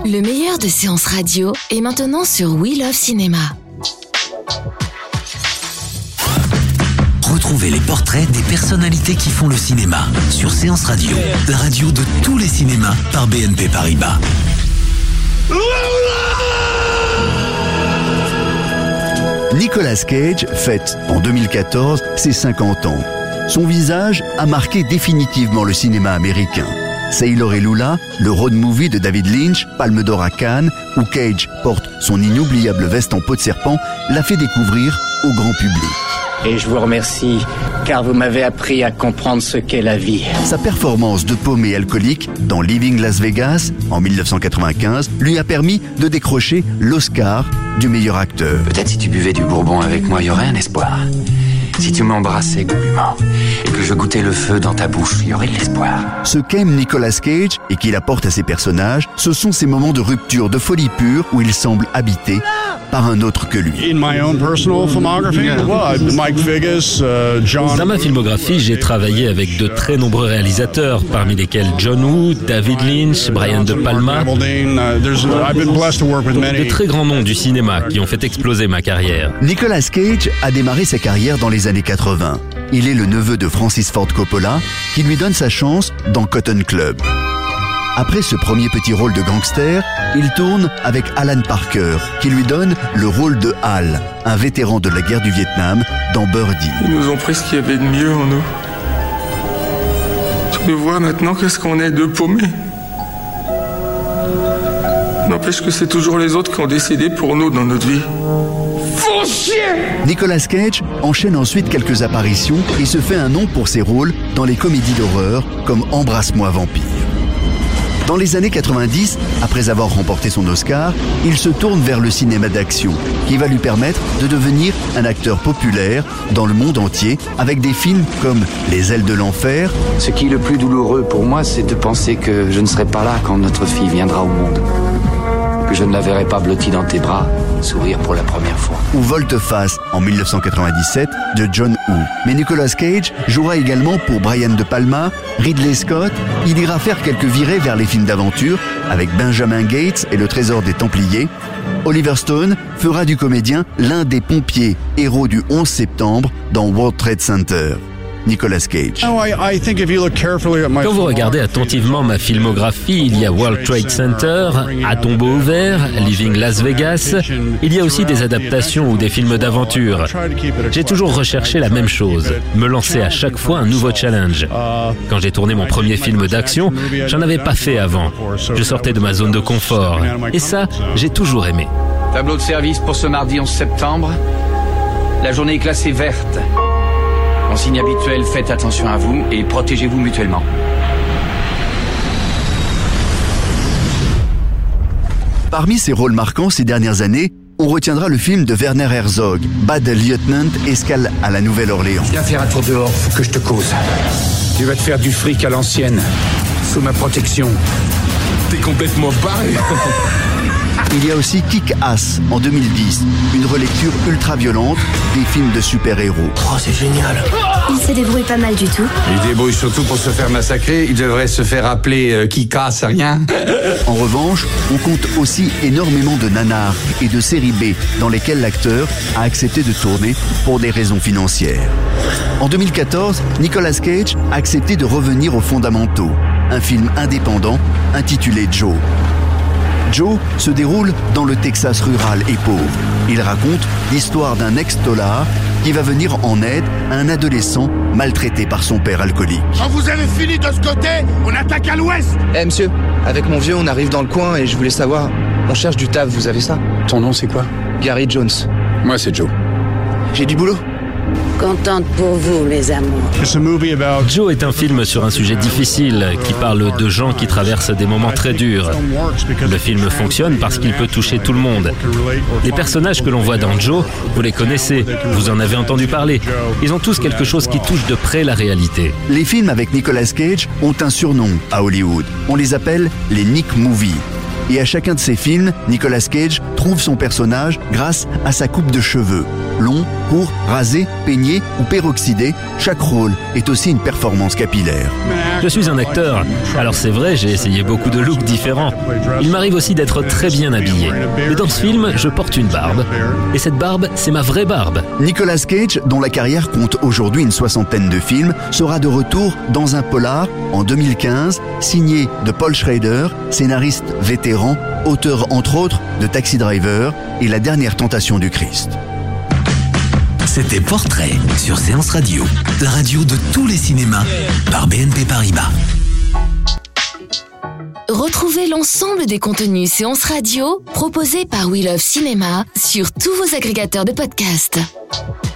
Le meilleur de séances radio est maintenant sur We Love Cinéma. Retrouvez les portraits des personnalités qui font le cinéma sur Séance Radio, la radio de tous les cinémas par BNP Paribas. Nicolas Cage fête en 2014 ses 50 ans. Son visage a marqué définitivement le cinéma américain. Sailor et Lula, le road movie de David Lynch, Palme d'Or à Cannes, où Cage porte son inoubliable veste en peau de serpent, l'a fait découvrir au grand public. Et je vous remercie, car vous m'avez appris à comprendre ce qu'est la vie. Sa performance de paumé alcoolique dans Leaving Las Vegas, en 1995, lui a permis de décrocher l'Oscar du meilleur acteur. Peut-être si tu buvais du bourbon avec moi, il y aurait un espoir. Si tu m'embrassais goulûment et que je goûtais le feu dans ta bouche, il y aurait de l'espoir. Ce qu'aime Nicolas Cage et qu'il apporte à ses personnages, ce sont ces moments de rupture, de folie pure où il semble habité par un autre que lui. Dans ma filmographie, j'ai travaillé avec de très nombreux réalisateurs, parmi lesquels John Woo, David Lynch, Brian De Palma, de très grands noms du cinéma qui ont fait exploser ma carrière. Nicolas Cage a démarré sa carrière dans les années 80. Il est le neveu de Francis Ford Coppola qui lui donne sa chance dans Cotton Club. Après ce premier petit rôle de gangster, il tourne avec Alan Parker, qui lui donne le rôle de Hal, un vétéran de la guerre du Vietnam, dans Birdie. Ils nous ont pris ce qu'il y avait de mieux en nous. Tu le vois maintenant, qu'est-ce qu'on est, deux paumés. N'empêche que c'est toujours les autres qui ont décidé pour nous dans notre vie. Faut chier! Nicolas Cage enchaîne ensuite quelques apparitions et se fait un nom pour ses rôles dans les comédies d'horreur comme Embrasse-moi vampire. Dans les années 90, après avoir remporté son Oscar, il se tourne vers le cinéma d'action, qui va lui permettre de devenir un acteur populaire dans le monde entier, avec des films comme Les ailes de l'enfer. Ce qui est le plus douloureux pour moi, c'est de penser que je ne serai pas là quand notre fille viendra au monde. Que je ne la verrai pas blottie dans tes bras, sourire pour la première fois. Ou Volte-face en 1997 de John Woo. Mais Nicolas Cage jouera également pour Brian De Palma, Ridley Scott. Il ira faire quelques virées vers les films d'aventure avec Benjamin Gates et le Trésor des Templiers. Oliver Stone fera du comédien l'un des pompiers héros du 11 septembre dans World Trade Center. Nicolas Cage. Quand vous regardez attentivement ma filmographie, il y a World Trade Center, À tombeau ouvert, Leaving Las Vegas. Il y a aussi des adaptations ou des films d'aventure. J'ai toujours recherché la même chose, me lancer à chaque fois un nouveau challenge. Quand j'ai tourné mon premier film d'action, j'en avais pas fait avant. Je sortais de ma zone de confort. Et ça, j'ai toujours aimé. Tableau de service pour ce mardi 11 septembre. La journée est classée verte. Consigne habituelle, faites attention à vous et protégez-vous mutuellement. Parmi ses rôles marquants ces dernières années, on retiendra le film de Werner Herzog, Bad Lieutenant, escale à la Nouvelle-Orléans. Viens faire un tour dehors, faut que je te cause. Tu vas te faire du fric à l'ancienne, sous ma protection. T'es complètement barré. Il y a aussi Kick-Ass en 2010, une relecture ultra-violente des films de super-héros. Oh, c'est génial. Il se débrouille pas mal du tout. Il débrouille surtout pour se faire massacrer. Il devrait se faire appeler qui casse rien. En revanche, on compte aussi énormément de nanars et de séries B dans lesquelles l'acteur a accepté de tourner pour des raisons financières. En 2014, Nicolas Cage a accepté de revenir aux fondamentaux, un film indépendant intitulé Joe. Joe se déroule dans le Texas rural et pauvre. Il raconte l'histoire d'un ex-tolard qui va venir en aide à un adolescent maltraité par son père alcoolique. Quand vous avez fini de ce côté, on attaque à l'ouest. Monsieur, avec mon vieux, on arrive dans le coin et je voulais savoir, on cherche du taf, vous avez ça? Ton nom, c'est quoi? Gary Jones. Moi, c'est Joe. J'ai du boulot. Contente pour vous, mes amours. Joe est un film sur un sujet difficile qui parle de gens qui traversent des moments très durs. Le film fonctionne parce qu'il peut toucher tout le monde. Les personnages que l'on voit dans Joe, vous les connaissez, vous en avez entendu parler. Ils ont tous quelque chose qui touche de près la réalité. Les films avec Nicolas Cage ont un surnom à Hollywood. On les appelle les Nick Movies. Et à chacun de ces films, Nicolas Cage trouve son personnage grâce à sa coupe de cheveux. Long, court, rasé, peigné ou peroxydé, chaque rôle est aussi une performance capillaire. Je suis un acteur, alors c'est vrai, j'ai essayé beaucoup de looks différents. Il m'arrive aussi d'être très bien habillé. Mais dans ce film, je porte une barbe. Et cette barbe, c'est ma vraie barbe. Nicolas Cage, dont la carrière compte aujourd'hui une 60aine de films, sera de retour dans un polar en 2015, signé de Paul Schrader, scénariste vétéran, auteur entre autres de Taxi Driver et La dernière tentation du Christ. C'était Portrait sur Séance Radio, la radio de tous les cinémas par BNP Paribas. Retrouvez l'ensemble des contenus Séance Radio proposés par We Love Cinéma sur tous vos agrégateurs de podcasts.